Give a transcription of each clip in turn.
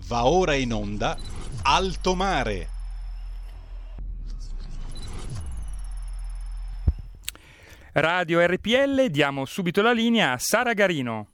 Va ora in onda Alto Mare. Radio RPL, diamo subito la linea a Sara Garino.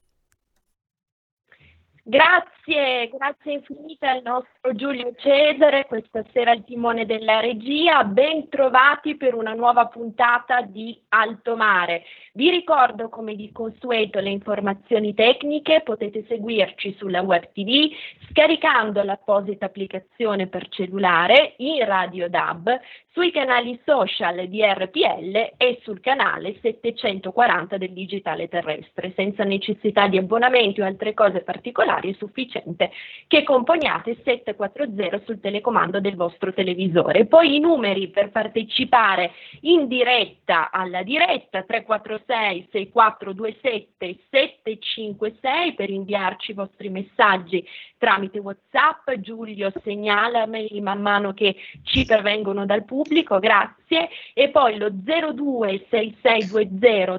Grazie infinite al nostro Giulio Cesare, questa sera al timone della regia. Ben trovati per una nuova puntata di Alto Mare. Vi ricordo, come di consueto, le informazioni tecniche. Potete seguirci sulla web TV scaricando l'apposita applicazione per cellulare, in Radio DAB, sui canali social di RPL e sul canale 740 del digitale terrestre, senza necessità di abbonamenti o altre cose particolari. È sufficiente che componiate 740 sul telecomando del vostro televisore. Poi i numeri per partecipare in diretta alla diretta: 346 6427 756 per inviarci i vostri messaggi tramite WhatsApp. Giulio segnalameli man mano che ci pervengono dal pubblico, grazie. E poi lo 026620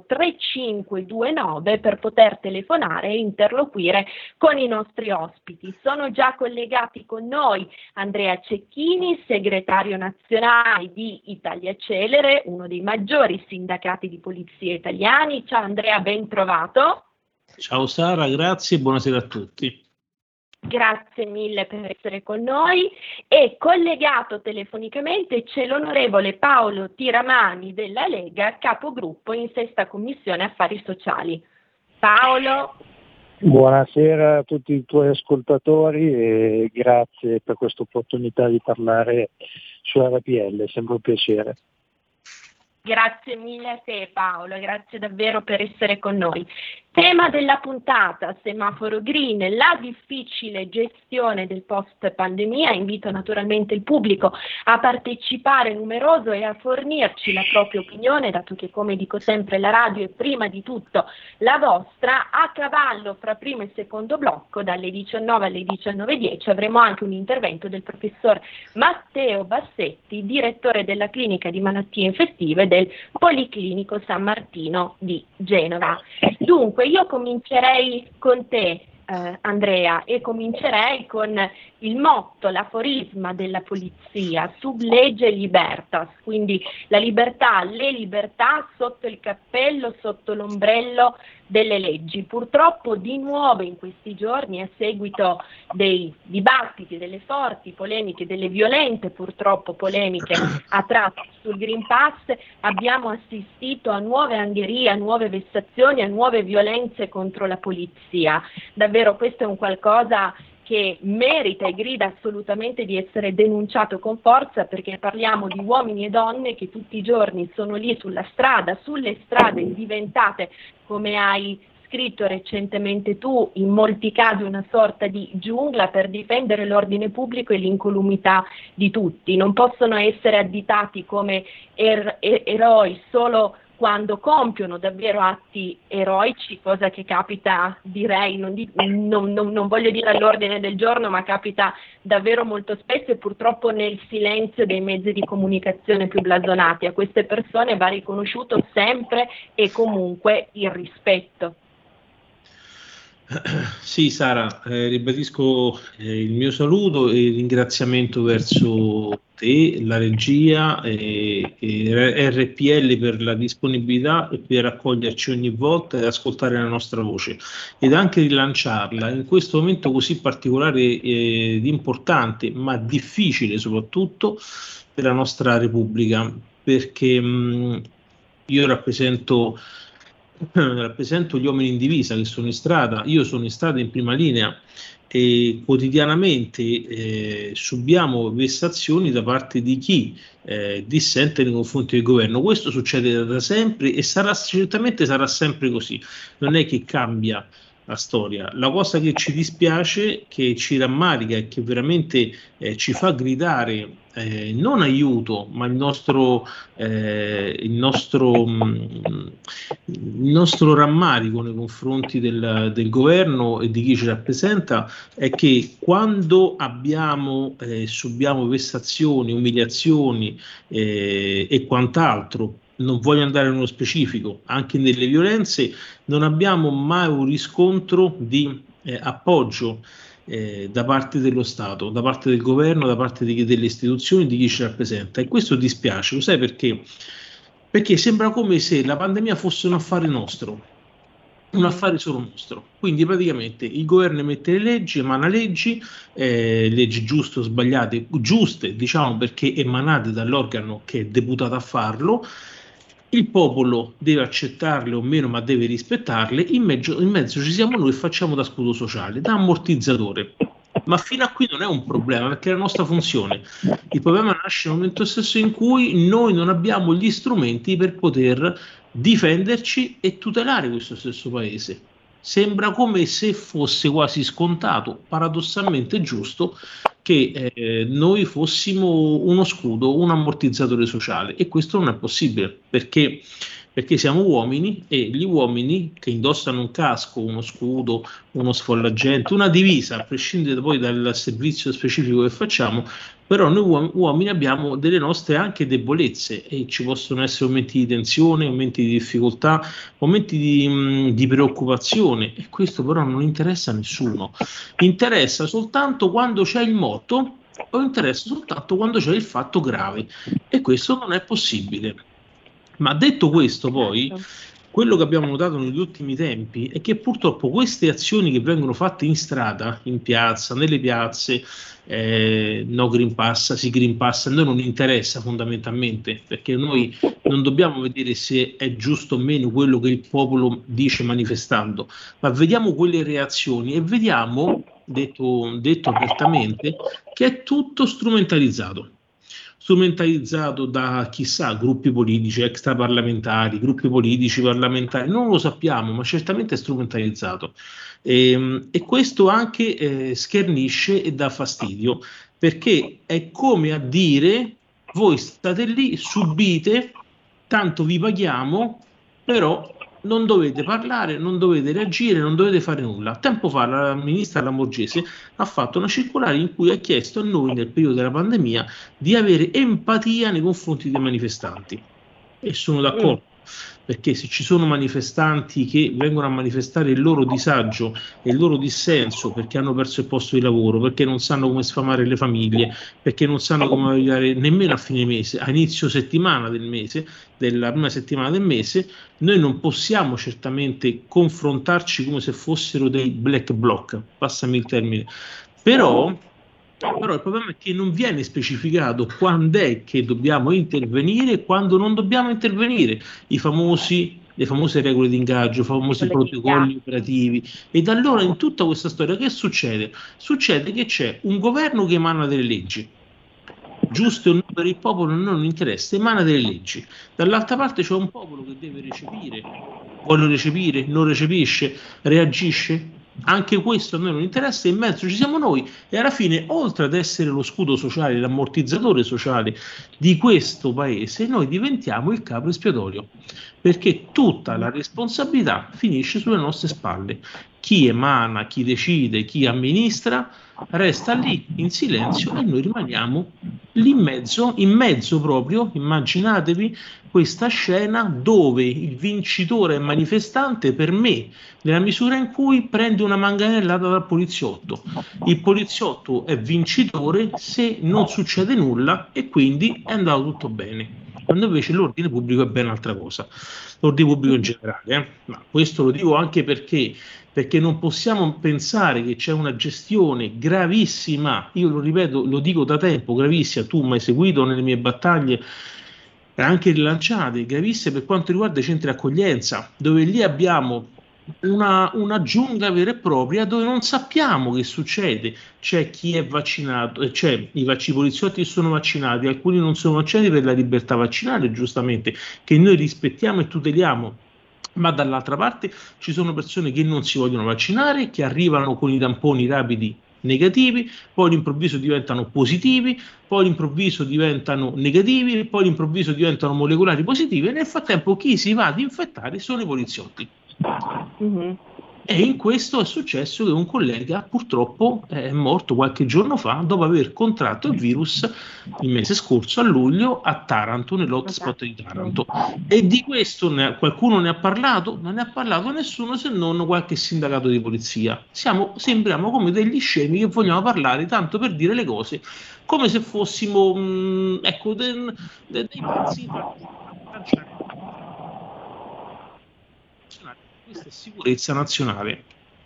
3529 per poter telefonare e interloquire con i nostri ospiti. Sono già collegati con noi Andrea Cecchini, segretario nazionale di Italia Celere, uno dei maggiori sindacati di polizia italiani. Ciao Andrea, ben trovato. Ciao Sara, grazie e buonasera a tutti. Grazie mille per essere con noi. E collegato telefonicamente c'è l'onorevole Paolo Tiramani della Lega, capogruppo in sesta commissione affari sociali. Paolo. Buonasera a tutti i tuoi ascoltatori e grazie per questa opportunità di parlare su RPL, è sempre un piacere. Grazie mille a te Paolo, grazie davvero per essere con noi. Tema della puntata, semaforo green, la difficile gestione del post pandemia. Invito naturalmente il pubblico a partecipare numeroso e a fornirci la propria opinione, dato che, come dico sempre, la radio è prima di tutto la vostra. A cavallo fra primo e secondo blocco, dalle 19 alle 19:10, avremo anche un intervento del professor Matteo Bassetti, direttore della clinica di malattie infettive del Policlinico San Martino di Genova. Dunque, io comincerei con te, Andrea, e comincerei con il motto, l'aforisma della polizia: sub legge libertas, quindi la libertà, le libertà sotto il cappello, sotto l'ombrello delle leggi. Purtroppo di nuovo in questi giorni, a seguito dei dibattiti, delle forti polemiche, delle violente purtroppo polemiche a tratti sul Green Pass, abbiamo assistito a nuove angherie, a nuove vessazioni, a nuove violenze contro la polizia. Davvero questo è un qualcosa che merita e grida assolutamente di essere denunciato con forza, perché parliamo di uomini e donne che tutti i giorni sono lì sulla strada, sulle strade diventate, come hai scritto recentemente tu, in molti casi una sorta di giungla, per difendere l'ordine pubblico e l'incolumità di tutti. Non possono essere additati come eroi solo quando compiono davvero atti eroici, cosa che capita, direi, non voglio dire all'ordine del giorno, ma capita davvero molto spesso e purtroppo nel silenzio dei mezzi di comunicazione più blasonati. A queste persone va riconosciuto sempre e comunque il rispetto. Sì Sara, ribadisco il mio saluto e il ringraziamento verso te, la regia e RPL per la disponibilità e per accoglierci ogni volta e ascoltare la nostra voce ed anche rilanciarla in questo momento così particolare ed importante, ma difficile soprattutto per la nostra Repubblica, perché io rappresento gli uomini in divisa che sono in strada. Io sono in strada in prima linea e quotidianamente subiamo vessazioni da parte di chi dissente nei confronti del governo. Questo succede da sempre e certamente sarà sempre così, non è che cambia la storia. La cosa che ci dispiace, che ci rammarica e che veramente ci fa gridare non aiuto, ma il nostro rammarico nei confronti del governo e di chi ci rappresenta, è che quando subiamo vessazioni, umiliazioni e quant'altro, non voglio andare nello specifico, anche nelle violenze, non abbiamo mai un riscontro di appoggio da parte dello Stato, da parte del governo, da parte delle istituzioni, di chi ci rappresenta, e questo dispiace. Lo sai perché? Perché sembra come se la pandemia fosse un affare nostro, un affare solo nostro. Quindi praticamente il governo emette le leggi, emana leggi giuste o sbagliate, giuste diciamo perché emanate dall'organo che è deputato a farlo. Il popolo deve accettarle o meno, ma deve rispettarle. In mezzo ci siamo noi e facciamo da scudo sociale, da ammortizzatore. Ma fino a qui non è un problema, perché è la nostra funzione. Il problema nasce nel momento stesso in cui noi non abbiamo gli strumenti per poter difenderci e tutelare questo stesso paese. Sembra come se fosse quasi scontato, paradossalmente giusto, che noi fossimo uno scudo, un ammortizzatore sociale, e questo non è possibile perché siamo uomini, e gli uomini che indossano un casco, uno scudo, uno sfollagente, una divisa, a prescindere poi dal servizio specifico che facciamo, però noi uomini abbiamo delle nostre anche debolezze, e ci possono essere momenti di tensione, momenti di difficoltà, momenti di preoccupazione, e questo però non interessa a nessuno. Interessa soltanto quando c'è il morto, o interessa soltanto quando c'è il fatto grave, e questo non è possibile. Ma detto questo, poi, quello che abbiamo notato negli ultimi tempi è che purtroppo queste azioni che vengono fatte in strada, in piazza, nelle piazze, no Green Pass, sì Green Pass, a noi non interessa fondamentalmente, perché noi non dobbiamo vedere se è giusto o meno quello che il popolo dice manifestando, ma vediamo quelle reazioni e vediamo, detto apertamente, che è tutto strumentalizzato da chissà gruppi politici, extraparlamentari, gruppi politici, parlamentari, non lo sappiamo, ma certamente è strumentalizzato, e questo anche schernisce e dà fastidio, perché è come a dire: voi state lì, subite, tanto vi paghiamo, però non dovete parlare, non dovete reagire, non dovete fare nulla. Tempo fa la ministra Lamorgese ha fatto una circolare in cui ha chiesto a noi, nel periodo della pandemia, di avere empatia nei confronti dei manifestanti, e sono d'accordo, perché se ci sono manifestanti che vengono a manifestare il loro disagio e il loro dissenso perché hanno perso il posto di lavoro, perché non sanno come sfamare le famiglie, perché non sanno come arrivare nemmeno a fine mese, a inizio settimana del mese, della prima settimana del mese, noi non possiamo certamente confrontarci come se fossero dei black bloc, passami il termine, però il problema è che non viene specificato quando è che dobbiamo intervenire e quando non dobbiamo intervenire, le famose regole di ingaggio, i famosi protocolli operativi. Ed allora in tutta questa storia che succede? Succede che c'è un governo che emana delle leggi, giuste o no per il popolo non interessa, emana delle leggi. Dall'altra parte c'è un popolo che deve recepire, vuole recepire, non recepisce, reagisce. Anche questo a noi non interessa, in mezzo ci siamo noi, e alla fine, oltre ad essere lo scudo sociale, l'ammortizzatore sociale di questo paese, noi diventiamo il capro espiatorio, perché tutta la responsabilità finisce sulle nostre spalle. Chi emana, chi decide, chi amministra resta lì in silenzio, e noi rimaniamo lì in mezzo proprio. Immaginatevi questa scena dove il vincitore è manifestante, per me, nella misura in cui prende una manganellata dal poliziotto. Il poliziotto è vincitore se non succede nulla, e quindi è andato tutto bene. Quando invece l'ordine pubblico è ben altra cosa, l'ordine pubblico in generale. Ma questo lo dico anche perché non possiamo pensare che c'è una gestione gravissima, io lo ripeto, lo dico da tempo, gravissima, tu mi hai seguito nelle mie battaglie anche rilanciate, gravissime per quanto riguarda i centri accoglienza, dove lì abbiamo una giungla vera e propria, dove non sappiamo che succede. C'è chi è vaccinato, c'è i poliziotti che sono vaccinati, alcuni non sono vaccinati per la libertà vaccinale, giustamente, che noi rispettiamo e tuteliamo, ma dall'altra parte ci sono persone che non si vogliono vaccinare, che arrivano con i tamponi rapidi negativi, poi all'improvviso diventano positivi, poi all'improvviso diventano negativi, poi all'improvviso diventano molecolari positivi, e nel frattempo chi si va ad infettare sono i poliziotti. E in questo è successo che un collega purtroppo è morto qualche giorno fa dopo aver contratto il virus il mese scorso a luglio a Taranto, nell'hotspot di Taranto. E di questo qualcuno ne ha parlato? Non ne ha parlato nessuno, se non qualche sindacato di polizia. Sembriamo come degli scemi che vogliamo parlare tanto per dire le cose, come se fossimo dei pazzi. Questa è sicurezza nazionale.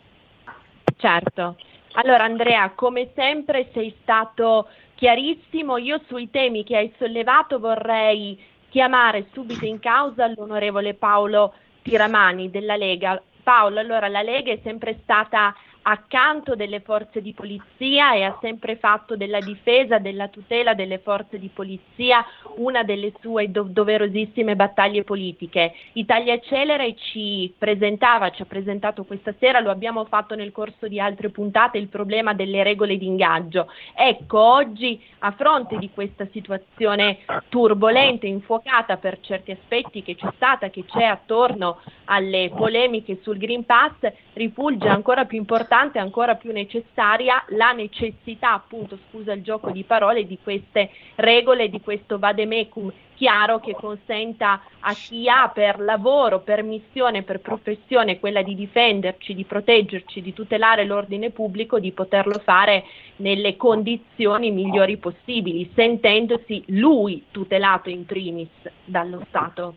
Certo. Allora Andrea, come sempre sei stato chiarissimo. Io sui temi che hai sollevato vorrei chiamare subito in causa l'onorevole Paolo Tiramani della Lega. Paolo, allora la Lega è sempre stata accanto delle forze di polizia e ha sempre fatto della difesa, della tutela delle forze di polizia una delle sue doverosissime battaglie politiche. Italia Celere ci ha presentato questa sera, lo abbiamo fatto nel corso di altre puntate, il problema delle regole di ingaggio. Ecco, oggi a fronte di questa situazione turbolenta, infuocata per certi aspetti che c'è stata, che c'è attorno alle polemiche sul Green Pass, rifulge ancora più importante, ancora più necessaria la necessità, appunto, scusa il gioco di parole, di queste regole, di questo vademecum chiaro che consenta a chi ha per lavoro, per missione, per professione quella di difenderci, di proteggerci, di tutelare l'ordine pubblico, di poterlo fare nelle condizioni migliori possibili, sentendosi lui tutelato in primis dallo Stato.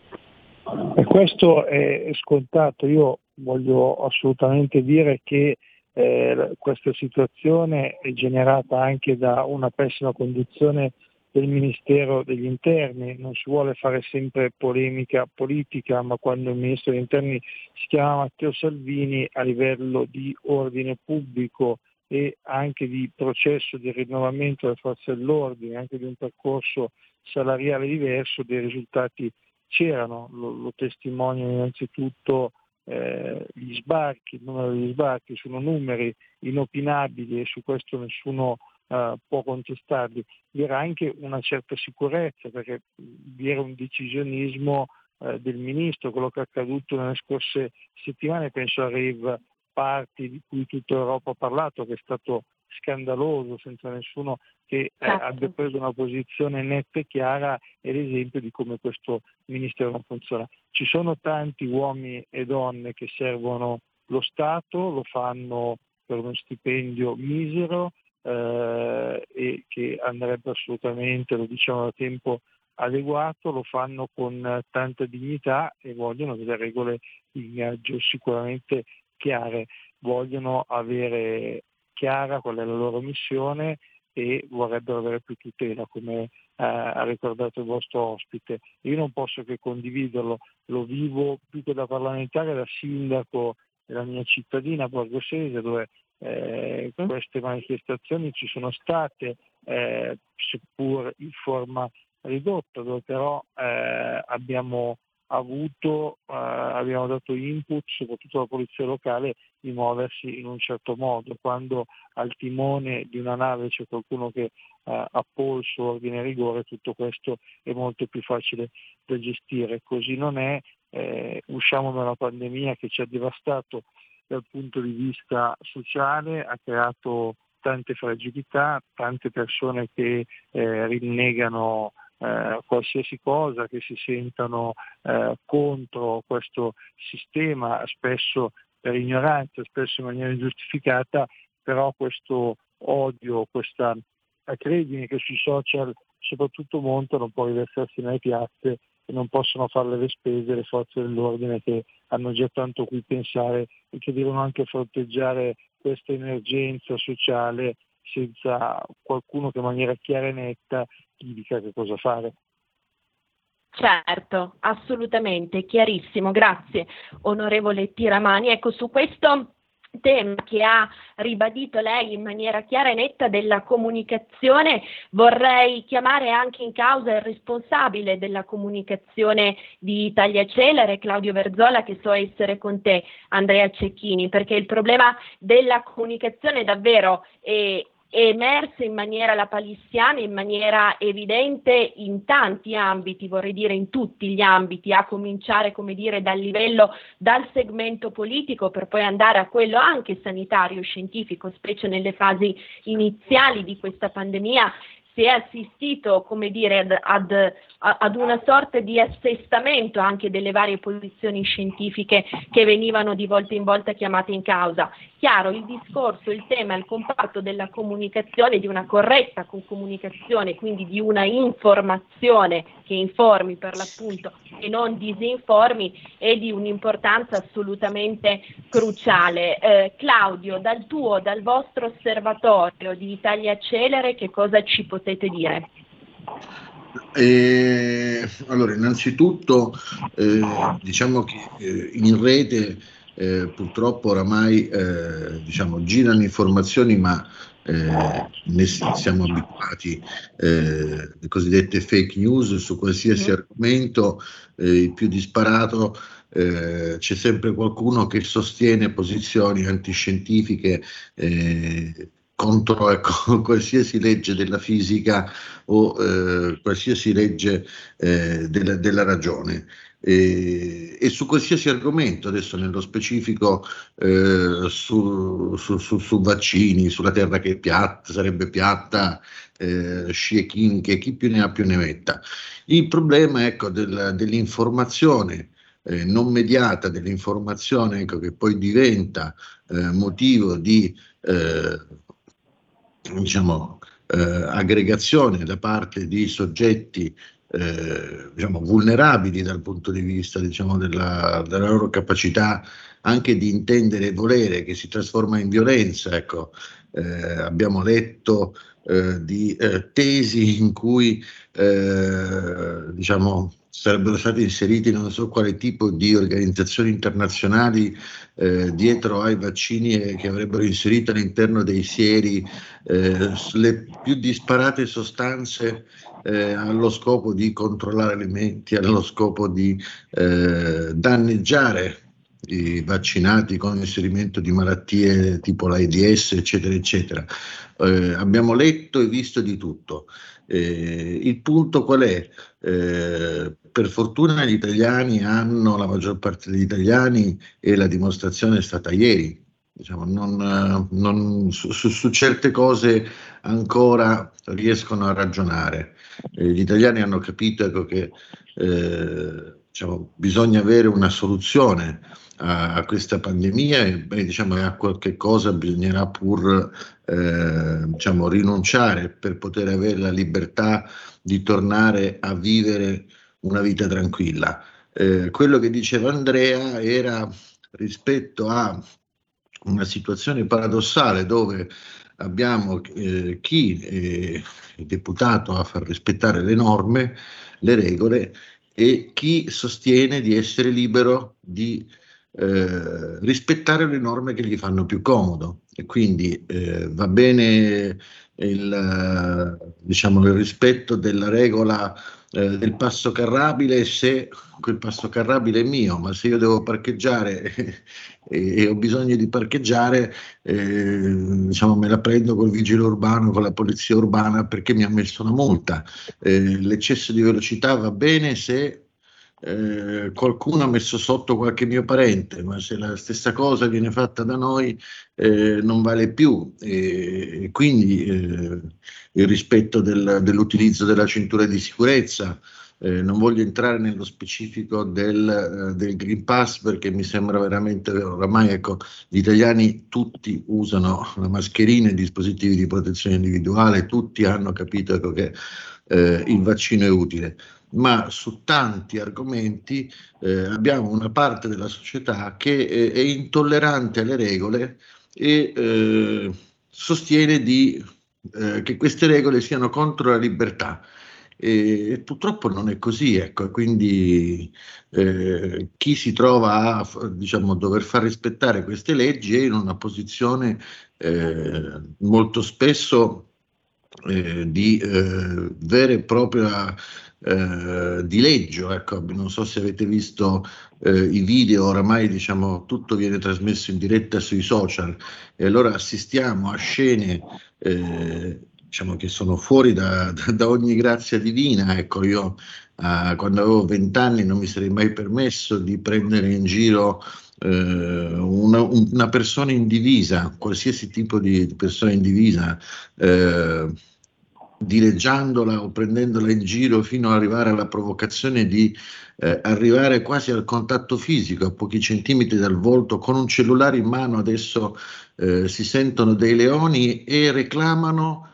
E questo è scontato. Io voglio assolutamente dire che questa situazione è generata anche da una pessima conduzione del Ministero degli Interni. Non si vuole fare sempre polemica politica, ma quando il Ministro degli Interni si chiama Matteo Salvini, a livello di ordine pubblico e anche di processo di rinnovamento delle forze dell'ordine, anche di un percorso salariale diverso, dei risultati c'erano. Lo testimoniano innanzitutto gli sbarchi. Il numero degli sbarchi sono numeri inopinabili e su questo nessuno può contestarli. Vi era anche una certa sicurezza, perché vi era un decisionismo del ministro. Quello che è accaduto nelle scorse settimane, penso a Rave Party, di cui tutta Europa ha parlato, che è stato scandaloso, senza nessuno che abbia preso una posizione netta e chiara, è l'esempio di come questo ministero non funziona. Ci sono tanti uomini e donne che servono lo Stato, lo fanno per uno stipendio misero e che andrebbe assolutamente, lo diciamo da tempo, adeguato, lo fanno con tanta dignità e vogliono delle regole di ingaggio sicuramente chiare, vogliono avere chiara qual è la loro missione e vorrebbero avere più tutela, come ha ricordato il vostro ospite. Io non posso che condividerlo, lo vivo più che da parlamentare, da sindaco della mia cittadina, Borgo Sese, dove queste manifestazioni ci sono state, seppur in forma ridotta, dove però abbiamo dato input, soprattutto alla polizia locale, di muoversi in un certo modo. Quando al timone di una nave c'è qualcuno che ha polso, ordine e rigore, tutto questo è molto più facile da gestire. Così non è. Usciamo da una pandemia che ci ha devastato dal punto di vista sociale, ha creato tante fragilità, tante persone che rinnegano qualsiasi cosa, che si sentano contro questo sistema, spesso per ignoranza, spesso in maniera ingiustificata, però questo odio, questa acredine che sui social soprattutto montano, può riversarsi nelle piazze e non possono farle le spese le forze dell'ordine, che hanno già tanto cui pensare e che devono anche fronteggiare questa emergenza sociale senza qualcuno che in maniera chiara e netta gli dica che cosa fare. Certo, assolutamente, chiarissimo, grazie onorevole Tiramani. Ecco, su questo tema che ha ribadito lei in maniera chiara e netta della comunicazione, vorrei chiamare anche in causa il responsabile della comunicazione di Italia Celere, Claudio Verzola, che so essere con te, Andrea Cecchini, perché il problema della comunicazione davvero è emersa in maniera lapalissiana, in maniera evidente in tanti ambiti, vorrei dire in tutti gli ambiti, a cominciare, come dire, dal segmento politico per poi andare a quello anche sanitario, scientifico, specie nelle fasi iniziali di questa pandemia. Si è assistito, come dire, ad una sorta di assestamento anche delle varie posizioni scientifiche che venivano di volta in volta chiamate in causa. Chiaro, il discorso, il tema, il comparto della comunicazione, di una corretta comunicazione, quindi di una informazione che informi per l'appunto e non disinformi, è di un'importanza assolutamente cruciale. Claudio, dal vostro osservatorio di Italia Celere, che cosa ci potete dire? Allora, innanzitutto diciamo che in rete purtroppo oramai girano informazioni, ma ne siamo abituati, le cosiddette fake news su qualsiasi argomento, il più disparato. C'è sempre qualcuno che sostiene posizioni antiscientifiche contro qualsiasi legge della fisica o qualsiasi legge della ragione. E su qualsiasi argomento, adesso nello specifico su vaccini, sulla terra che è piatta, sarebbe piatta, scie chimiche, chi più ne ha più ne metta. Il problema, ecco, dell'informazione non mediata, dell'informazione, ecco, che poi diventa motivo di aggregazione da parte di soggetti vulnerabili dal punto di vista della loro capacità anche di intendere e volere, che si trasforma in violenza. Ecco, abbiamo letto di tesi in cui sarebbero stati inseriti non so quale tipo di organizzazioni internazionali dietro ai vaccini che avrebbero inserito all'interno dei sieri le più disparate sostanze allo scopo di controllare alimenti, allo scopo di danneggiare i vaccinati con inserimento di malattie tipo l'AIDS, eccetera, eccetera. Abbiamo letto e visto di tutto. Il punto qual è? Per fortuna gli italiani la maggior parte degli italiani, e la dimostrazione è stata ieri, su certe cose ancora riescono a ragionare. Gli italiani hanno capito, ecco, che bisogna avere una soluzione a questa pandemia e a qualche cosa bisognerà pur rinunciare per poter avere la libertà di tornare a vivere una vita tranquilla. Quello che diceva Andrea era rispetto a una situazione paradossale dove abbiamo chi è deputato a far rispettare le norme, le regole, e chi sostiene di essere libero di rispettare le norme che gli fanno più comodo. E quindi va bene il rispetto della regola del passo carrabile se quel passo carrabile è mio, ma se io devo parcheggiare e ho bisogno di parcheggiare, me la prendo col vigile urbano, con la polizia urbana, perché mi ha messo una multa. L'eccesso di velocità va bene se qualcuno ha messo sotto qualche mio parente, ma se la stessa cosa viene fatta da noi non vale più, e quindi il rispetto dell'utilizzo della cintura di sicurezza. Non voglio entrare nello specifico del Green Pass, perché mi sembra veramente oramai, ecco, gli italiani tutti usano la mascherina e i dispositivi di protezione individuale, tutti hanno capito, ecco, che il vaccino è utile. Ma su tanti argomenti abbiamo una parte della società che è intollerante alle regole e sostiene che queste regole siano contro la libertà. E purtroppo non è così, ecco. Quindi chi si trova a dover far rispettare queste leggi è in una posizione molto spesso di vera e propria di leggio. Ecco, non so se avete visto i video, oramai diciamo tutto viene trasmesso in diretta sui social, e allora assistiamo a scene diciamo che sono fuori da ogni grazia divina. Ecco, io quando avevo 20 anni non mi sarei mai permesso di prendere in giro una persona in divisa, qualsiasi tipo di persona in divisa, dileggiandola o prendendola in giro fino ad arrivare alla provocazione di arrivare quasi al contatto fisico, a pochi centimetri dal volto, con un cellulare in mano. Adesso si sentono dei leoni e reclamano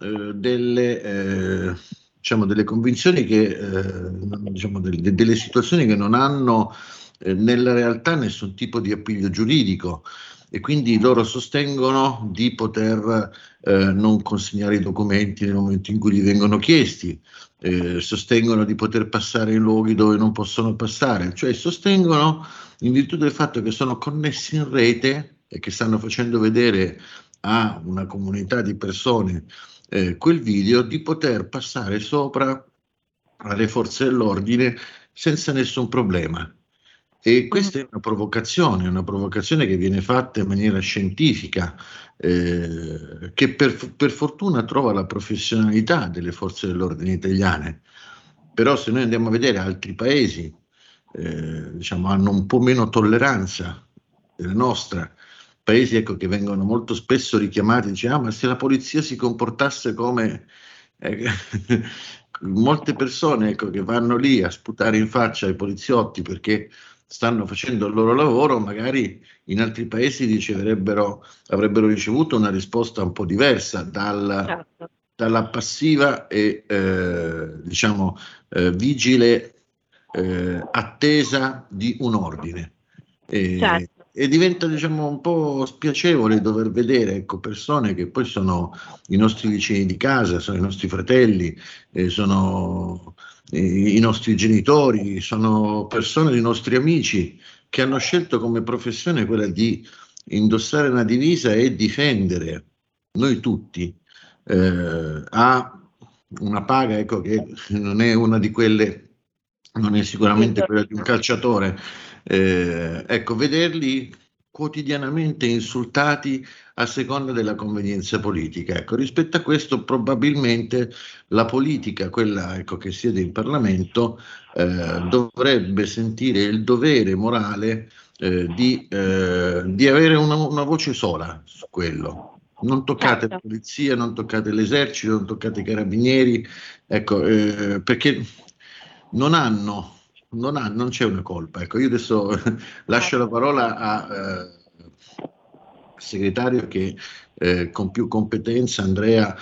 delle convinzioni che delle situazioni che non hanno nella realtà nessun tipo di appiglio giuridico, e quindi loro sostengono di poter non consegnare i documenti nel momento in cui gli vengono chiesti, sostengono di poter passare in luoghi dove non possono passare, cioè sostengono, in virtù del fatto che sono connessi in rete e che stanno facendo vedere a una comunità di persone quel video, di poter passare sopra alle forze dell'ordine senza nessun problema. E questa è una provocazione che viene fatta in maniera scientifica, che per fortuna trova la professionalità delle forze dell'ordine italiane. Però se noi andiamo a vedere altri paesi, hanno un po' meno tolleranza della nostra, paesi che vengono molto spesso richiamati, dice, ma se la polizia si comportasse come molte persone che vanno lì a sputare in faccia ai poliziotti perché stanno facendo il loro lavoro, magari in altri paesi avrebbero ricevuto una risposta un po' diversa dalla passiva e vigile attesa di un ordine. E diventa un po' spiacevole dover vedere persone che poi sono i nostri vicini di casa, sono i nostri fratelli, sono i nostri genitori, sono persone dei nostri amici che hanno scelto come professione quella di indossare una divisa e difendere noi tutti. Ha una paga che non è una di quelle, non è sicuramente quella di un calciatore. Vederli quotidianamente insultati a seconda della convenienza politica. Rispetto a questo probabilmente la politica, quella che siede in Parlamento, dovrebbe sentire il dovere morale di avere una voce sola su quello. Non toccate la polizia, non toccate l'esercito, non toccate i carabinieri, perché non c'è una colpa. Io adesso lascio la parola al segretario che con più competenza, Andrea,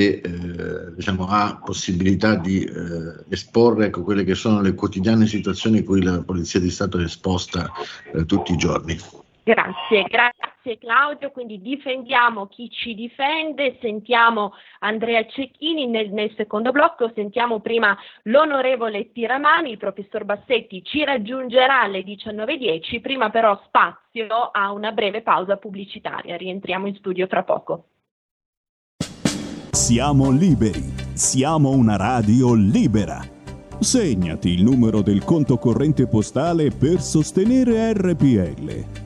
ha possibilità di esporre quelle che sono le quotidiane situazioni in cui la Polizia di Stato è esposta tutti i giorni. Grazie Claudio, quindi difendiamo chi ci difende, sentiamo Andrea Cecchini nel secondo blocco, sentiamo prima l'onorevole Tiramani, il professor Bassetti ci raggiungerà alle 19:10, prima però spazio a una breve pausa pubblicitaria, rientriamo in studio fra poco. Siamo liberi, siamo una radio libera. Segnati il numero del conto corrente postale per sostenere RPL.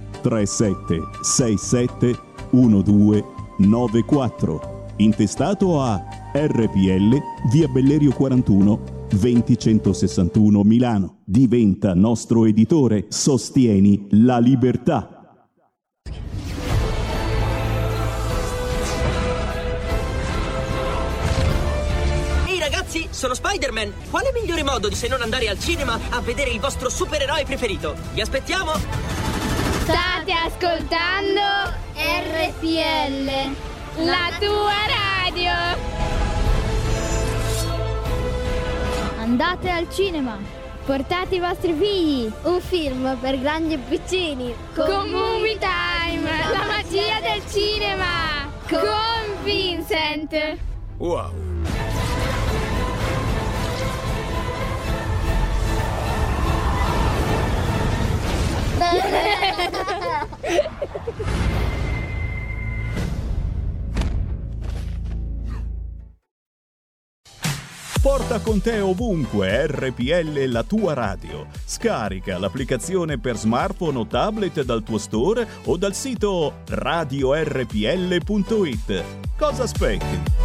37671294, intestato a RPL, via Bellerio 41, 20161 Milano. Diventa nostro editore, sostieni la libertà. Ehi ragazzi, sono Spider-Man. Quale migliore modo se non andare al cinema a vedere il vostro supereroe preferito? Vi aspettiamo! State ascoltando RPL, la tua radio. Andate al cinema, portate i vostri figli. Un film per grandi e piccini. Con Movie Time, la magia del cinema. Con Vincent. Wow. Porta con te ovunque RPL, la tua radio. Scarica l'applicazione per smartphone o tablet dal tuo store o dal sito radiorpl.it. Cosa aspetti?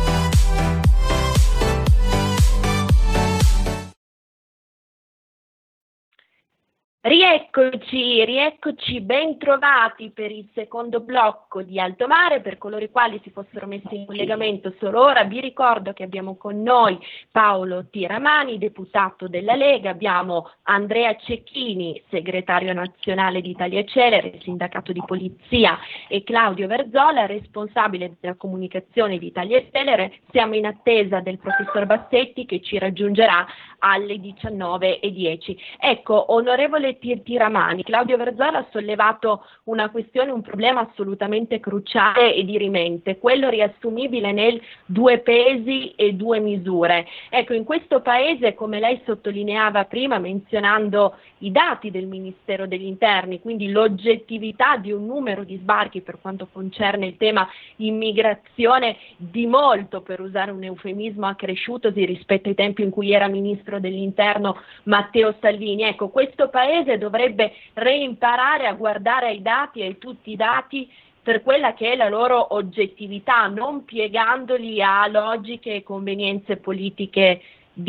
Rieccoci, ben trovati per il secondo blocco di Alto Mare. Per coloro i quali si fossero messi in collegamento solo ora, vi ricordo che abbiamo con noi Paolo Tiramani, deputato della Lega, abbiamo Andrea Cecchini, segretario nazionale di Italia Celere, sindacato di polizia, e Claudio Verzola, responsabile della comunicazione di Italia Celere. Siamo in attesa del professor Bassetti che ci raggiungerà alle 19:10. Ecco, onorevole Tiramani, Claudio Verzola ha sollevato una questione, un problema assolutamente cruciale e dirimente, quello riassumibile nel 2 pesi e 2 misure. Ecco, in questo paese, come lei sottolineava prima menzionando i dati del Ministero degli Interni, quindi l'oggettività di un numero di sbarchi per quanto concerne il tema immigrazione di molto, per usare un eufemismo, accresciutosi rispetto ai tempi in cui era Ministro dell'Interno Matteo Salvini. Ecco, questo paese dovrebbe reimparare a guardare ai dati, ai tutti i dati, per quella che è la loro oggettività, non piegandoli a logiche e convenienze politiche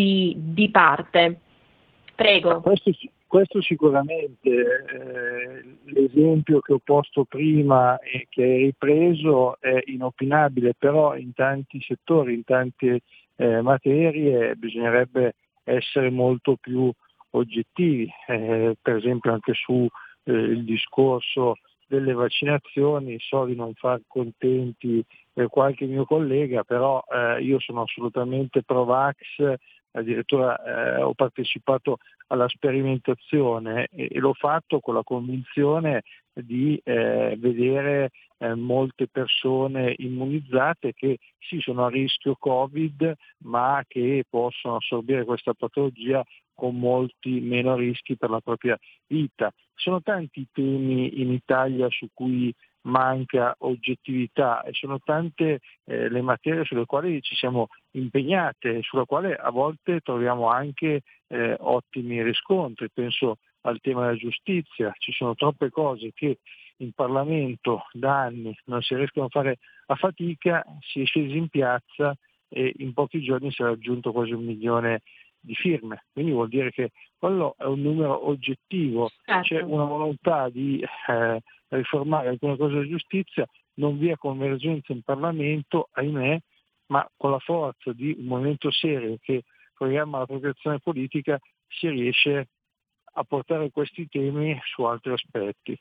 di parte. Prego. Questo sicuramente, l'esempio che ho posto prima e che hai ripreso è inopinabile, però in tanti settori, in tante materie bisognerebbe essere molto più oggettivi, per esempio anche su il discorso delle vaccinazioni. So di non far contenti qualche mio collega, però io sono assolutamente pro-vax, addirittura ho partecipato alla sperimentazione e l'ho fatto con la convinzione di vedere molte persone immunizzate che sì, sono a rischio Covid, ma che possono assorbire questa patologia con molti meno rischi per la propria vita. Sono tanti temi in Italia su cui manca oggettività e sono tante le materie sulle quali ci siamo impegnate, sulla quale a volte troviamo anche ottimi riscontri. Penso al tema della giustizia. Ci sono troppe cose che in Parlamento da anni non si riescono a fare a fatica, si è scesi in piazza e in pochi giorni si è raggiunto quasi 1 milione di firme, quindi vuol dire che quello è un numero oggettivo. Certo. C'è una volontà di riformare alcune cose della giustizia, non vi è convergenza in Parlamento, ahimè, ma con la forza di un movimento serio che programma la propria azione politica si riesce a portare questi temi su altri aspetti.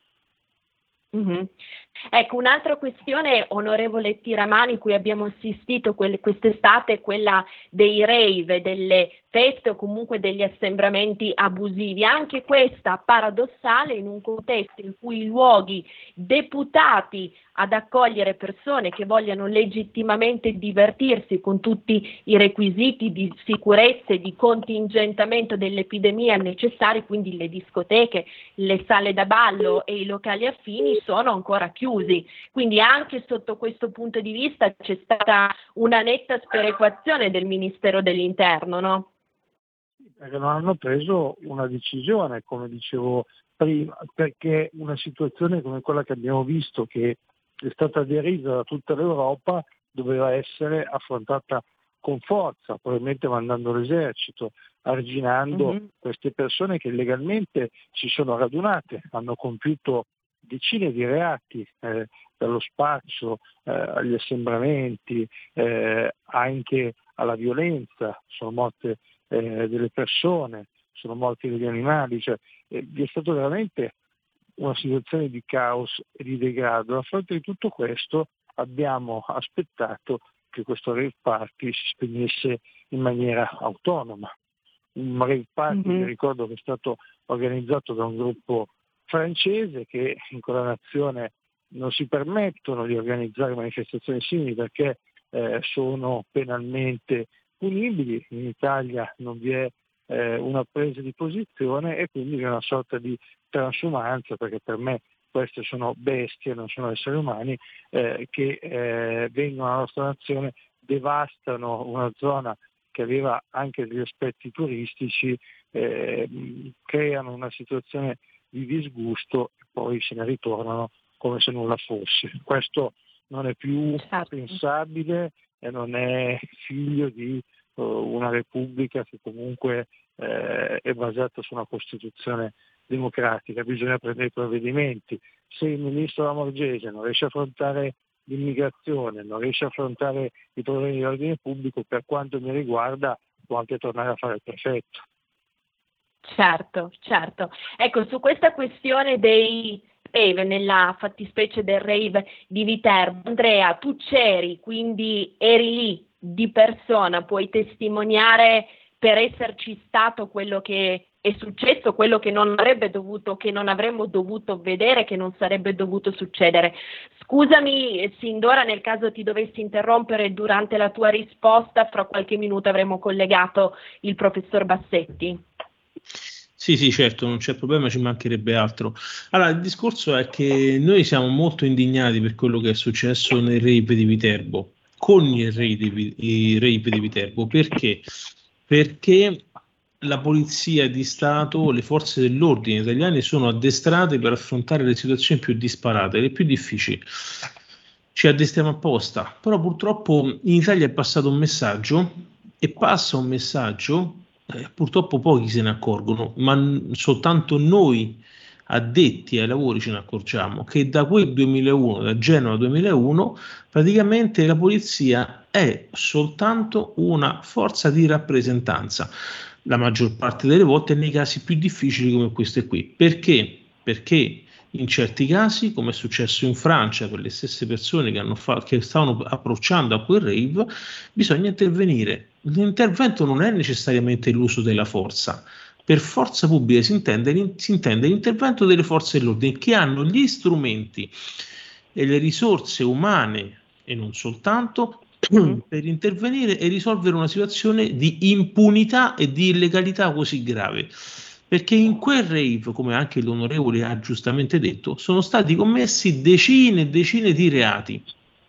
Mm-hmm. Ecco, un'altra questione, onorevole Tiramani, cui abbiamo assistito quest'estate è quella dei rave, delle feste o comunque degli assembramenti abusivi. Anche questa paradossale in un contesto in cui i luoghi deputati ad accogliere persone che vogliano legittimamente divertirsi con tutti i requisiti di sicurezza e di contingentamento dell'epidemia necessari, quindi le discoteche, le sale da ballo e i locali affini, sono ancora chiusi. Quindi anche sotto questo punto di vista c'è stata una netta sperequazione del Ministero dell'Interno, no? Perché non hanno preso una decisione, come dicevo prima, perché una situazione come quella che abbiamo visto, che è stata aderita da tutta l'Europa, doveva essere affrontata con forza, probabilmente mandando l'esercito, arginando queste persone che illegalmente si sono radunate, hanno compiuto decine di reati, dallo spaccio agli assembramenti, anche alla violenza, sono morte delle persone, sono morti degli animali, cioè vi è stato veramente una situazione di caos e di degrado. A fronte di tutto questo abbiamo aspettato che questo rave party si spegnesse in maniera autonoma. Un rave party, mi ricordo che è stato organizzato da un gruppo francese che in quella nazione non si permettono di organizzare manifestazioni simili perché sono penalmente punibili. In Italia non vi è una presa di posizione e quindi è una sorta di transumanza, perché per me queste sono bestie, non sono esseri umani, che vengono alla nostra nazione, devastano una zona che aveva anche degli aspetti turistici, creano una situazione di disgusto e poi se ne ritornano come se nulla fosse. Questo non è più pensabile e non è figlio di una repubblica che comunque è basata su una Costituzione democratica. Bisogna prendere i provvedimenti. Se il ministro Lamorgese non riesce a affrontare l'immigrazione, non riesce a affrontare i problemi di ordine pubblico, per quanto mi riguarda può anche tornare a fare il prefetto. Certo. Ecco, su questa questione dei rave, nella fattispecie del rave di Viterbo, Andrea, tu c'eri, quindi eri lì di persona, puoi testimoniare per esserci stato quello che è successo, quello che non avremmo dovuto vedere, che non sarebbe dovuto succedere. Scusami, Sindora, nel caso ti dovessi interrompere durante la tua risposta, fra qualche minuto avremo collegato il professor Bassetti. Sì, certo, non c'è problema, ci mancherebbe altro. Allora, il discorso è che noi siamo molto indignati per quello che è successo nel rave di Viterbo, con i rave di Viterbo. Perché? Perché la polizia di Stato, le forze dell'ordine italiane sono addestrate per affrontare le situazioni più disparate, le più difficili. Ci addestriamo apposta, però purtroppo in Italia è passato un messaggio e passa un messaggio. Purtroppo pochi se ne accorgono, ma soltanto noi addetti ai lavori ce ne accorgiamo, che da quel 2001, da Genova 2001, praticamente la polizia è soltanto una forza di rappresentanza, la maggior parte delle volte nei casi più difficili come questo qui. Perché? Perché in certi casi, come è successo in Francia per le stesse persone che stavano approcciando a quel rave, bisogna intervenire. L'intervento non è necessariamente l'uso della forza. Per forza pubblica si intende l'intervento delle forze dell'ordine, che hanno gli strumenti e le risorse umane e non soltanto per intervenire e risolvere una situazione di impunità e di illegalità così grave. Perché in quel rave, come anche l'onorevole ha giustamente detto, sono stati commessi decine e decine di reati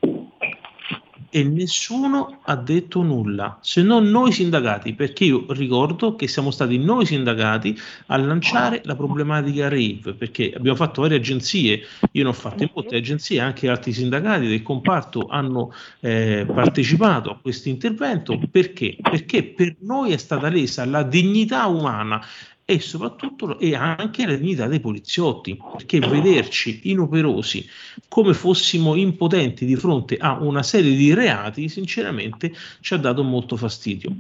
e nessuno ha detto nulla, se non noi sindacati, perché io ricordo che siamo stati noi sindacati a lanciare la problematica rave, perché abbiamo fatto varie agenzie, io ne ho fatte molte agenzie, anche altri sindacati del comparto hanno partecipato a questo intervento. Perché? Perché per noi è stata lesa la dignità umana e soprattutto e anche la dignità dei poliziotti, perché vederci inoperosi come fossimo impotenti di fronte a una serie di reati sinceramente ci ha dato molto fastidio,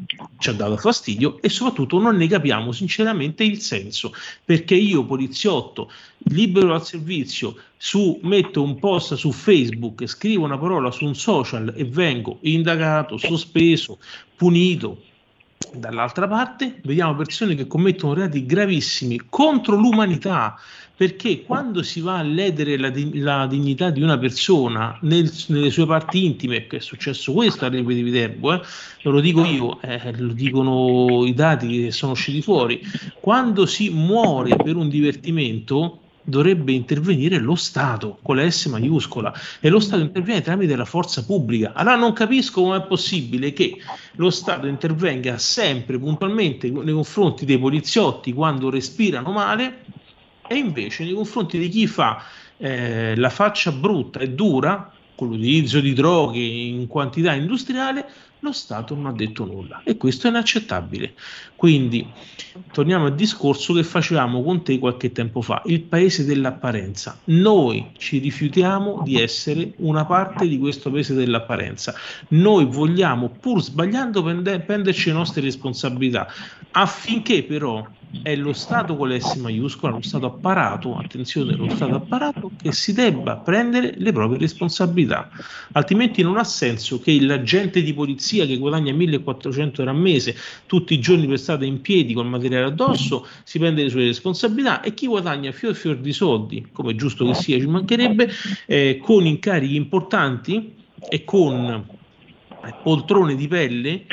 e soprattutto non ne capiamo sinceramente il senso, perché io poliziotto libero al servizio metto un post su Facebook, scrivo una parola su un social e vengo indagato, sospeso, punito. Dall'altra parte vediamo persone che commettono reati gravissimi contro l'umanità, perché quando si va a ledere la dignità di una persona nelle sue parti intime, che è successo questo a Rave di Viterbo, non lo dico io, lo dicono i dati che sono usciti fuori, quando si muore per un divertimento dovrebbe intervenire lo Stato con la S maiuscola, e lo Stato interviene tramite la forza pubblica. Allora non capisco come è possibile che lo Stato intervenga sempre puntualmente nei confronti dei poliziotti quando respirano male, e invece nei confronti di chi fa la faccia brutta e dura con l'utilizzo di droghe in quantità industriale, lo Stato non ha detto nulla, e questo è inaccettabile. Quindi torniamo al discorso che facevamo con te qualche tempo fa, il paese dell'apparenza. Noi ci rifiutiamo di essere una parte di questo paese dell'apparenza. Noi vogliamo, pur sbagliando, prenderci le nostre responsabilità, affinché però è lo Stato con l'S maiuscola, lo Stato apparato, attenzione, lo Stato apparato, che si debba prendere le proprie responsabilità. Altrimenti non ha senso che l'agente di polizia che guadagna 1.400 euro al mese tutti i giorni per strada in piedi col materiale addosso si prende le sue responsabilità, e chi guadagna fior di soldi, come è giusto che sia, ci mancherebbe, con incarichi importanti e con poltrone di pelle,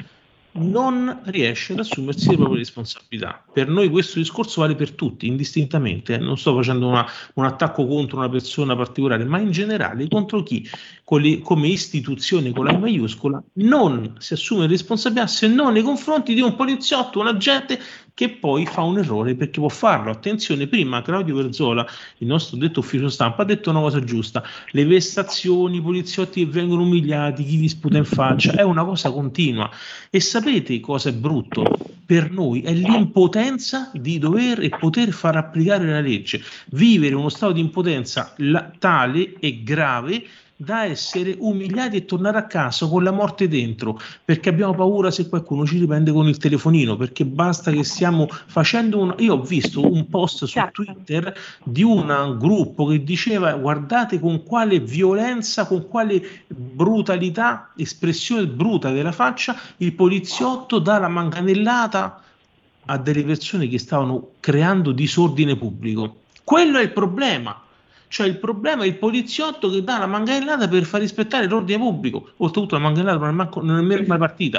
non riesce ad assumersi le proprie responsabilità. Per noi questo discorso vale per tutti, indistintamente. Non sto facendo un attacco contro una persona particolare, ma in generale contro chi, come istituzione con la I maiuscola, non si assume responsabilità se non nei confronti di un poliziotto, un agente che poi fa un errore perché può farlo. Attenzione, prima Claudio Verzola, il nostro detto ufficio stampa, ha detto una cosa giusta: le vessazioni, i poliziotti che vengono umiliati, chi li sputa in faccia, è una cosa continua. E sapete cosa è brutto? Per noi è l'impotenza di dover e poter far applicare la legge, vivere uno stato di impotenza tale e grave da essere umiliati e tornare a casa con la morte dentro, perché abbiamo paura se qualcuno ci riprende con il telefonino, perché basta che stiamo facendo io ho visto un post su Twitter di un gruppo che diceva: guardate con quale violenza, con quale brutalità, espressione bruta della faccia, il poliziotto dà la manganellata a delle persone che stavano creando disordine pubblico. Quello è il problema. Cioè il problema è il poliziotto che dà la manganellata per far rispettare l'ordine pubblico. Oltretutto la manganellata non è nemmeno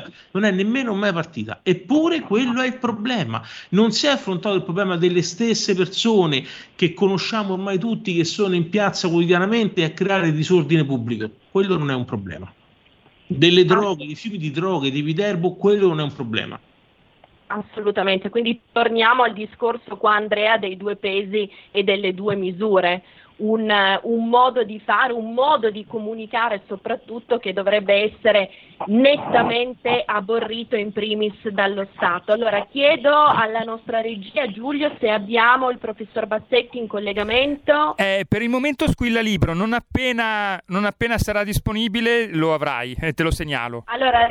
mai partita. Eppure quello è il problema. Non si è affrontato il problema delle stesse persone che conosciamo ormai tutti, che sono in piazza quotidianamente a creare disordine pubblico. Quello non è un problema. Delle droghe, dei fiumi di droghe, di Viterbo, quello non è un problema. Assolutamente, quindi torniamo al discorso qua, Andrea, dei due pesi e delle due misure. Un modo di fare, un modo di comunicare soprattutto che dovrebbe essere nettamente aborrito in primis dallo Stato. Allora chiedo alla nostra regia, Giulio, se abbiamo il professor Bassetti in collegamento. Per il momento squilla libero, non appena sarà disponibile lo avrai, te lo segnalo. Allora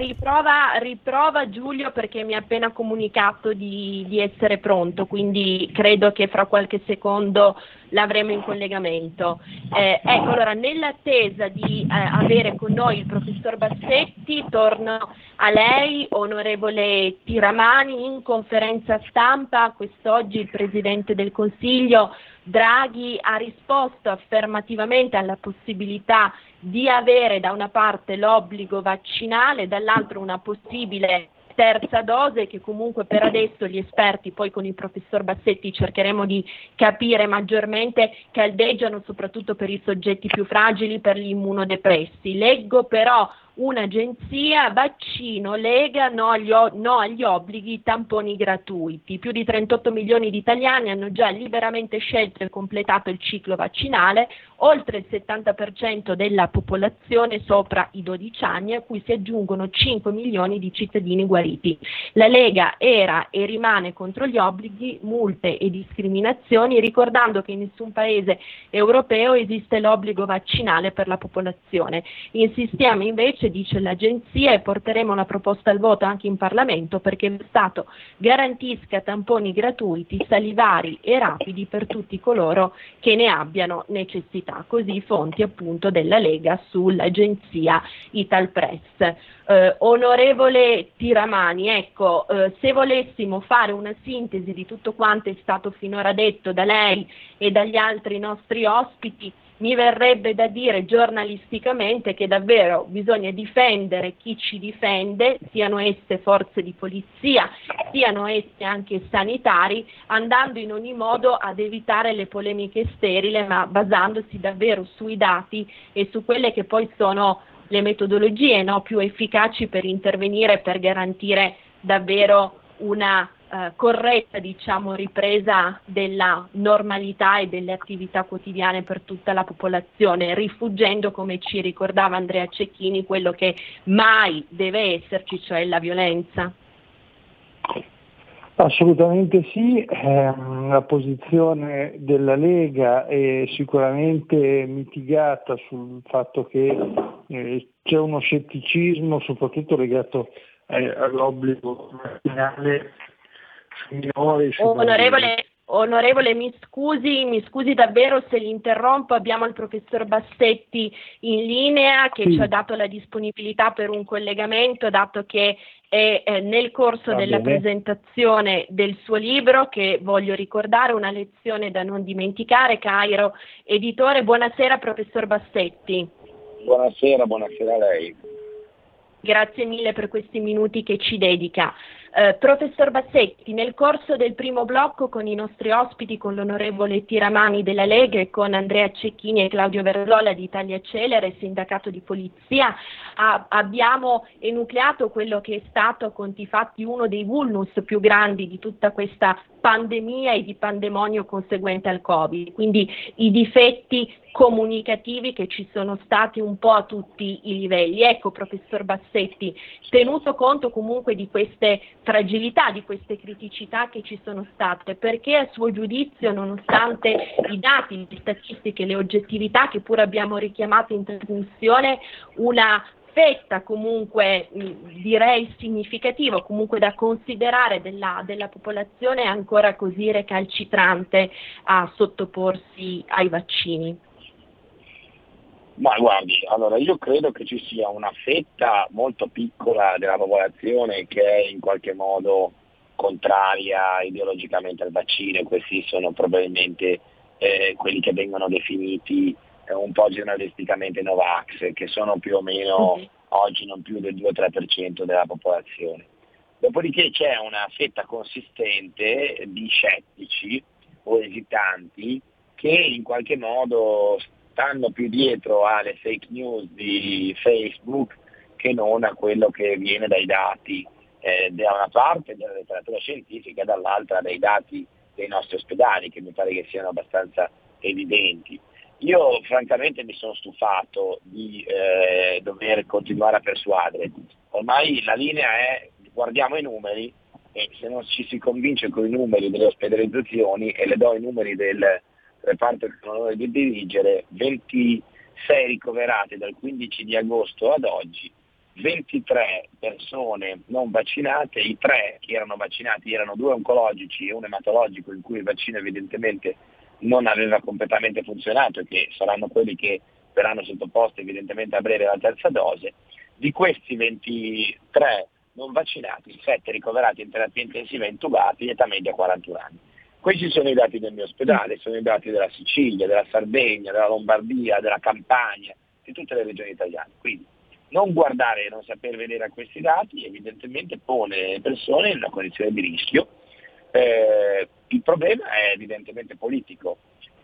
riprova Giulio, perché mi ha appena comunicato di essere pronto, quindi credo che fra qualche secondo l'avremo in collegamento. Ecco, allora nell'attesa di avere con noi il professor Bassetti, torno a lei, onorevole Tiramani. In conferenza stampa quest'oggi il Presidente del Consiglio Draghi ha risposto affermativamente alla possibilità di avere da una parte l'obbligo vaccinale, dall'altro una possibile terza dose, che comunque per adesso gli esperti, poi con il professor Bassetti cercheremo di capire maggiormente, caldeggiano soprattutto per i soggetti più fragili, per gli immunodepressi. Leggo però un'agenzia: vaccino, Lega, no agli obblighi, tamponi gratuiti. Più di 38 milioni di italiani hanno già liberamente scelto e completato il ciclo vaccinale, oltre il 70% della popolazione sopra i 12 anni, a cui si aggiungono 5 milioni di cittadini guariti. La Lega era e rimane contro gli obblighi, multe e discriminazioni, ricordando che in nessun paese europeo esiste l'obbligo vaccinale per la popolazione. Insistiamo invece, dice l'agenzia, e porteremo una proposta al voto anche in Parlamento, perché lo Stato garantisca tamponi gratuiti, salivari e rapidi per tutti coloro che ne abbiano necessità. Così fonti appunto della Lega sull'agenzia Italpress. Onorevole Tiramani, ecco, se volessimo fare una sintesi di tutto quanto è stato finora detto da lei e dagli altri nostri ospiti, mi verrebbe da dire giornalisticamente che davvero bisogna difendere chi ci difende, siano esse forze di polizia, siano esse anche sanitari, andando in ogni modo ad evitare le polemiche sterili, ma basandosi davvero sui dati e su quelle che poi sono le metodologie, no, più efficaci per intervenire, per garantire davvero una corretta, diciamo, ripresa della normalità e delle attività quotidiane per tutta la popolazione, rifuggendo, come ci ricordava Andrea Cecchini, quello che mai deve esserci, cioè la violenza. Assolutamente sì, la posizione della Lega è sicuramente mitigata sul fatto che c'è uno scetticismo soprattutto legato all'obbligo vaccinale. Onorevole, mi scusi davvero se l'interrompo, abbiamo il professor Bassetti in linea che ci ha dato la disponibilità per un collegamento, dato che è nel corso della presentazione del suo libro, che voglio ricordare, Una lezione da non dimenticare, Cairo Editore. Buonasera professor Bassetti. Buonasera a lei. Grazie mille per questi minuti che ci dedica. Professor Bassetti, nel corso del primo blocco con i nostri ospiti, con l'onorevole Tiramani della Lega e con Andrea Cecchini e Claudio Verzola di Italia Celere, sindacato di polizia, abbiamo enucleato quello che è stato a conti fatti uno dei vulnus più grandi di tutta questa pandemia e di pandemonio conseguente al Covid, quindi i difetti comunicativi che ci sono stati un po' a tutti i livelli. Ecco, professor Bassetti, tenuto conto comunque di queste fragilità, di queste criticità che ci sono state, perché a suo giudizio, nonostante i dati, le statistiche, le oggettività che pure abbiamo richiamato in trasmissione, una fetta comunque direi significativa, comunque da considerare della popolazione, è ancora così recalcitrante a sottoporsi ai vaccini? Ma guardi, allora io credo che ci sia una fetta molto piccola della popolazione che è in qualche modo contraria ideologicamente al vaccino, e questi sono probabilmente quelli che vengono definiti un po' generalisticamente Novax, che sono più o meno oggi non più del 2-3% della popolazione. Dopodiché c'è una fetta consistente di scettici o esitanti che in qualche modo stanno più dietro alle fake news di Facebook che non a quello che viene dai dati da una parte della letteratura scientifica e dall'altra dai dati dei nostri ospedali, che mi pare che siano abbastanza evidenti. Io francamente mi sono stufato di dover continuare a persuadere. Ormai la linea è: guardiamo i numeri, e se non ci si convince con i numeri delle ospedalizzazioni, e le do i numeri del reparto che ho l'onore di dirigere, 26 ricoverati dal 15 di agosto ad oggi, 23 persone non vaccinate, i 3 che erano vaccinati erano 2 oncologici e 1 ematologico, in cui il vaccino evidentemente non aveva completamente funzionato e che saranno quelli che verranno sottoposti evidentemente a breve alla terza dose. Di questi 23 non vaccinati, 7 ricoverati in terapia intensiva intubati, età media 41 anni. Questi sono i dati del mio ospedale, sono i dati della Sicilia, della Sardegna, della Lombardia, della Campania, di tutte le regioni italiane. Quindi non guardare e non saper vedere a questi dati evidentemente pone le persone in una condizione di rischio. Il problema è evidentemente politico.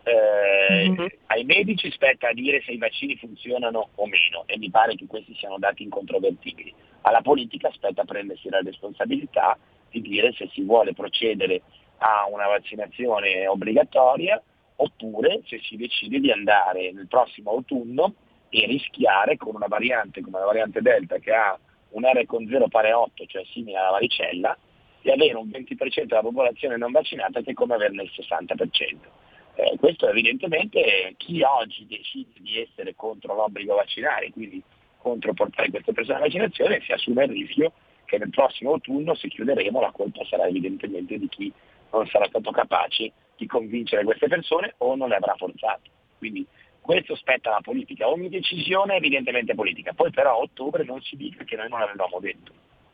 Ai medici spetta a dire se i vaccini funzionano o meno, e mi pare che questi siano dati incontrovertibili. Alla politica spetta prendersi la responsabilità di dire se si vuole procedere a una vaccinazione obbligatoria oppure se si decide di andare nel prossimo autunno e rischiare con una variante come la variante Delta, che ha un R con 0 pari a 8, cioè simile alla varicella, di avere un 20% della popolazione non vaccinata che è come averne il 60%. Questo evidentemente chi oggi decide di essere contro l'obbligo vaccinale, quindi contro portare queste persone a vaccinazione, si assume il rischio che nel prossimo autunno, se chiuderemo, la colpa sarà evidentemente di chi non sarà stato capace di convincere queste persone o non le avrà forzate. Quindi questo spetta alla politica, ogni decisione è evidentemente politica, poi però a ottobre non si dica che noi non l'avevamo detto.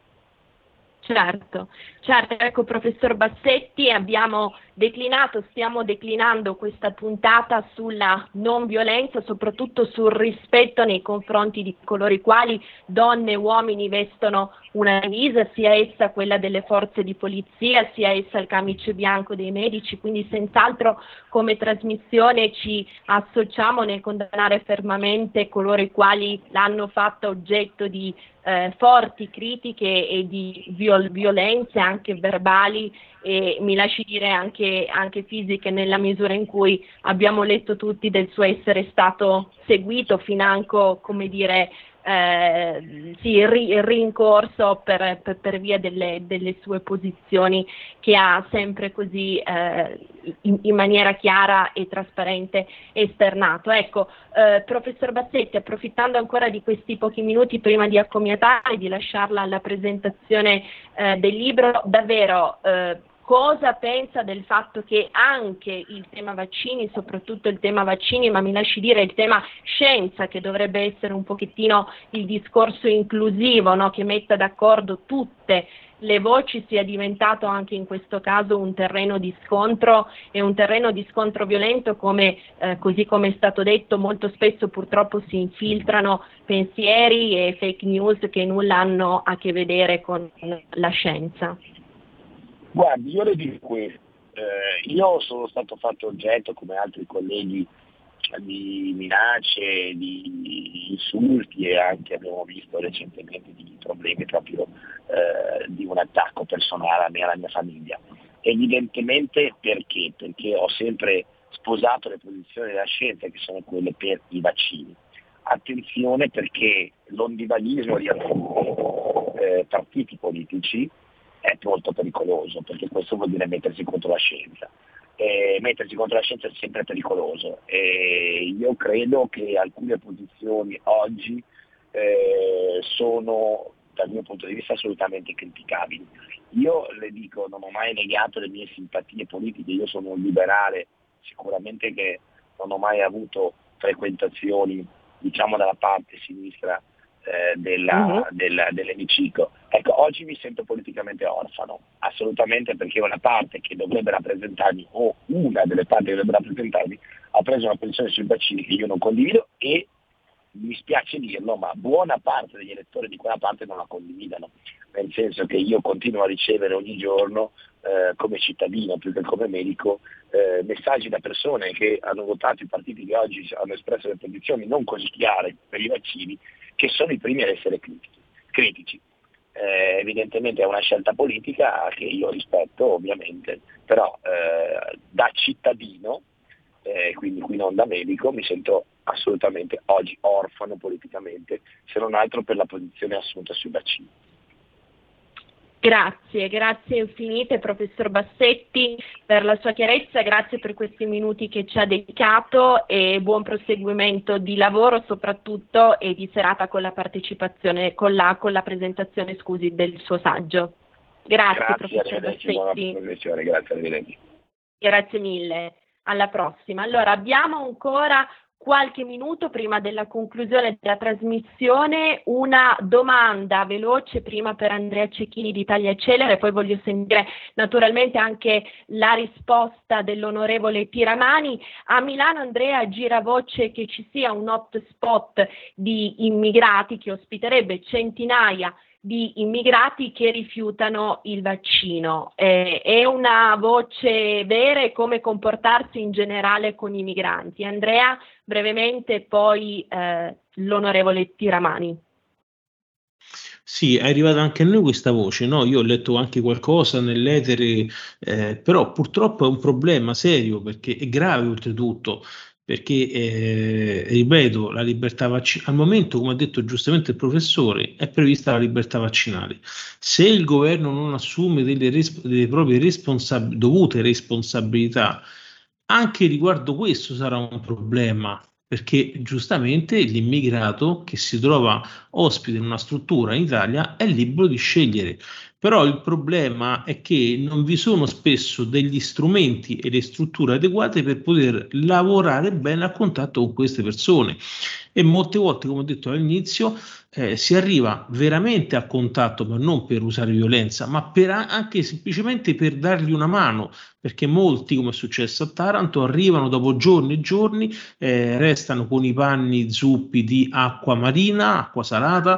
Certo, ecco professor Bassetti, stiamo declinando questa puntata sulla non violenza, soprattutto sul rispetto nei confronti di coloro i quali, donne e uomini, vestono una divisa, sia essa quella delle forze di polizia, sia essa il camice bianco dei medici, quindi senz'altro come trasmissione ci associamo nel condannare fermamente coloro i quali l'hanno fatta oggetto di forti critiche e di violenze anche verbali e mi lasci dire anche fisiche, nella misura in cui abbiamo letto tutti del suo essere stato seguito financo, come dire, rincorso per via delle sue posizioni che ha sempre così in maniera chiara e trasparente esternato. Ecco, professor Bassetti, approfittando ancora di questi pochi minuti prima di accomiatare, di lasciarla alla presentazione del libro, davvero cosa pensa del fatto che anche il tema vaccini, soprattutto il tema vaccini, ma mi lasci dire il tema scienza, che dovrebbe essere un pochettino il discorso inclusivo, no? Che metta d'accordo tutte le voci, sia diventato anche in questo caso un terreno di scontro e un terreno di scontro violento, come così come è stato detto molto spesso purtroppo si infiltrano pensieri e fake news che nulla hanno a che vedere con la scienza? Guardi, io le dico questo, io sono stato fatto oggetto, come altri colleghi, di minacce, di insulti e anche abbiamo visto recentemente di problemi proprio di un attacco personale a me e alla mia famiglia. Evidentemente perché? Perché ho sempre sposato le posizioni della scienza, che sono quelle per i vaccini. Attenzione, perché l'ondivalismo di alcuni partiti politici è molto pericoloso, perché questo vuol dire mettersi contro la scienza. Mettersi contro la scienza è sempre pericoloso e io credo che alcune posizioni oggi sono, dal mio punto di vista, assolutamente criticabili. Io le dico, non ho mai negato le mie simpatie politiche, io sono un liberale, sicuramente che non ho mai avuto frequentazioni, diciamo, dalla parte sinistra dell'emiciclo. Ecco, oggi mi sento politicamente orfano, assolutamente, perché una parte che dovrebbe rappresentarmi, o una delle parti che dovrebbe rappresentarmi, ha preso una posizione sui vaccini che io non condivido e mi spiace dirlo, ma buona parte degli elettori di quella parte non la condividono, nel senso che io continuo a ricevere ogni giorno, come cittadino più che come medico, messaggi da persone che hanno votato i partiti che oggi hanno espresso le posizioni non così chiare per i vaccini, che sono i primi ad essere critici. Evidentemente è una scelta politica che io rispetto, ovviamente, però da cittadino, quindi qui non da medico, mi sento assolutamente oggi orfano politicamente, se non altro per la posizione assunta sui vaccini. Grazie infinite professor Bassetti per la sua chiarezza, grazie per questi minuti che ci ha dedicato e buon proseguimento di lavoro soprattutto e di serata con la partecipazione, con la presentazione del suo saggio. Grazie professor Bassetti. Grazie, arrivederci. Grazie mille, alla prossima. Allora abbiamo ancora qualche minuto prima della conclusione della trasmissione, una domanda veloce prima per Andrea Cecchini di Italia Celere, poi voglio sentire naturalmente anche la risposta dell'onorevole Piramani. A Milano, Andrea, gira voce che ci sia un hotspot di immigrati che ospiterebbe centinaia di immigrati che rifiutano il vaccino. È una voce vera e come comportarsi in generale con i migranti? Andrea, brevemente, poi l'onorevole Piramani. Sì, è arrivata anche a noi questa voce, no? Io ho letto anche qualcosa nell'etere, però purtroppo è un problema serio, perché è grave oltretutto, perché, ripeto, la libertà vaccinale, al momento, come ha detto giustamente il professore, è prevista la libertà vaccinale. Se il governo non assume delle proprie dovute responsabilità, anche riguardo questo sarà un problema, perché giustamente l'immigrato che si trova ospite in una struttura in Italia è libero di scegliere. Però il problema è che non vi sono spesso degli strumenti e le strutture adeguate per poter lavorare bene a contatto con queste persone e molte volte, come ho detto all'inizio, si arriva veramente a contatto, ma non per usare violenza, ma anche semplicemente per dargli una mano, perché molti, come è successo a Taranto, arrivano dopo giorni e giorni, restano con i panni zuppi di acqua marina, acqua salata,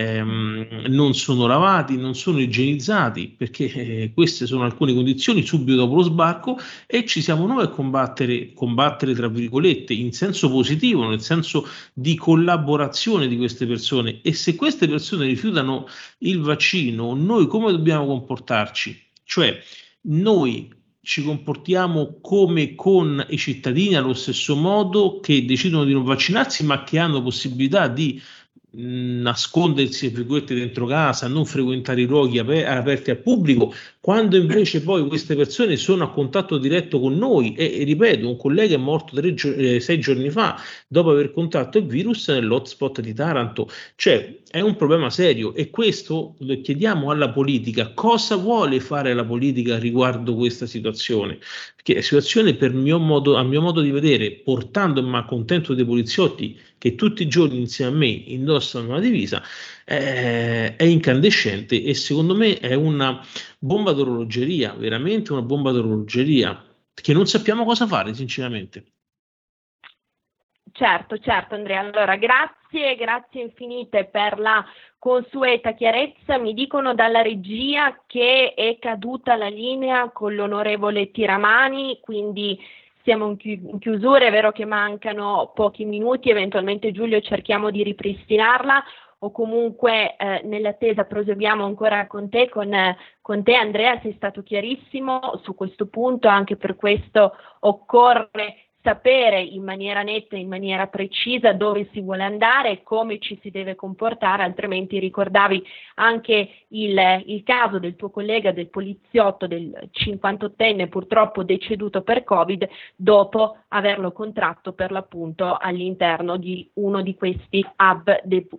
non sono lavati, non sono igienizzati, perché queste sono alcune condizioni subito dopo lo sbarco, e ci siamo noi a combattere tra virgolette in senso positivo, nel senso di collaborazione di queste persone. E se queste persone rifiutano il vaccino, noi come dobbiamo comportarci? Cioè, noi ci comportiamo come con i cittadini allo stesso modo, che decidono di non vaccinarsi ma che hanno possibilità di nascondersi dentro casa, non frequentare i luoghi aperti al pubblico, quando invece poi queste persone sono a contatto diretto con noi e ripeto, un collega è morto 6 giorni fa dopo aver contratto il virus nell'hotspot di Taranto. Cioè è un problema serio, e questo lo chiediamo alla politica. Cosa vuole fare la politica riguardo questa situazione? Perché la situazione, a mio modo di vedere, portando ma contento dei poliziotti che tutti i giorni insieme a me indossano una divisa, è incandescente, e secondo me è una bomba d'orologeria, veramente una bomba d'orologeria, che non sappiamo cosa fare sinceramente. Certo Andrea, allora grazie infinite per la consueta chiarezza. Mi dicono dalla regia che è caduta la linea con l'onorevole Tiramani, quindi siamo in chiusura, è vero che mancano pochi minuti, eventualmente Giulio cerchiamo di ripristinarla, o comunque nell'attesa proseguiamo ancora con te Andrea, sei stato chiarissimo su questo punto, anche per questo occorre sapere in maniera netta, in maniera precisa dove si vuole andare e come ci si deve comportare, altrimenti ricordavi anche il caso del tuo collega, del poliziotto, del 58enne purtroppo deceduto per Covid dopo averlo contratto per l'appunto all'interno di uno di questi hub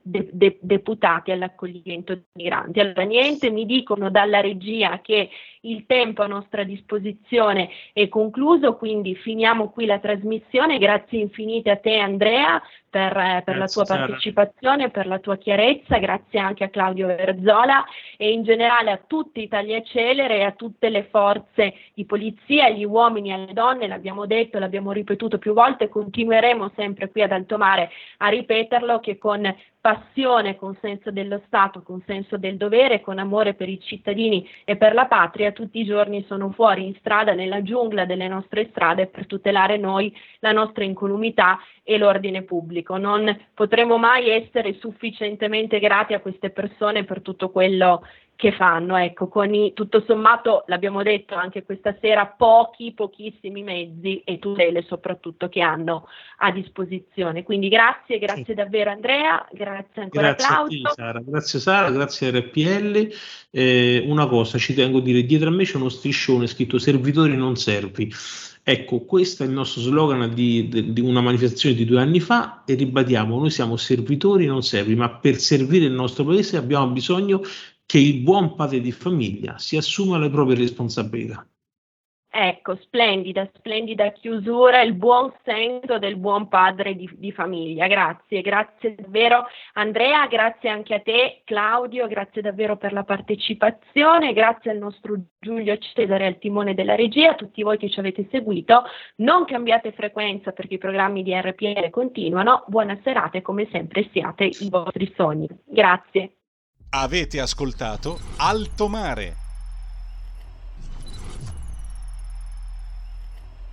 deputati all'accoglimento dei migranti. Allora niente, mi dicono dalla regia che il tempo a nostra disposizione è concluso, quindi finiamo qui la trasmissione. Grazie infinite a te Andrea per la tua partecipazione, per la tua chiarezza, grazie anche a Claudio Verzola e in generale a tutti Italia Celere e a tutte le forze di polizia, agli uomini e alle donne, l'abbiamo detto, l'abbiamo ripetuto più volte, continueremo sempre qui ad Alto Mare a ripeterlo, che con passione, con senso dello Stato, con senso del dovere, con amore per i cittadini e per la patria, tutti i giorni sono fuori in strada, nella giungla delle nostre strade, per tutelare noi, la nostra incolumità e l'ordine pubblico. Non potremo mai essere sufficientemente grati a queste persone per tutto quello che fanno, ecco, tutto sommato, l'abbiamo detto anche questa sera, pochissimi mezzi e tutele soprattutto che hanno a disposizione. Quindi grazie davvero Andrea, grazie ancora Claudio. Grazie Sara, grazie RPL. Una cosa ci tengo a dire, dietro a me c'è uno striscione scritto servitori non servi. Ecco, questo è il nostro slogan di una manifestazione di 2 anni fa e ribadiamo, noi siamo servitori non servi, ma per servire il nostro paese abbiamo bisogno che il buon padre di famiglia si assuma le proprie responsabilità. Ecco, splendida chiusura, il buon senso del buon padre di famiglia. Grazie davvero Andrea, grazie anche a te Claudio, grazie davvero per la partecipazione, grazie al nostro Giulio Cesare al timone della regia, a tutti voi che ci avete seguito. Non cambiate frequenza perché i programmi di RPL continuano. Buona serata e come sempre siate i vostri sogni. Grazie. Avete ascoltato Alto Mare.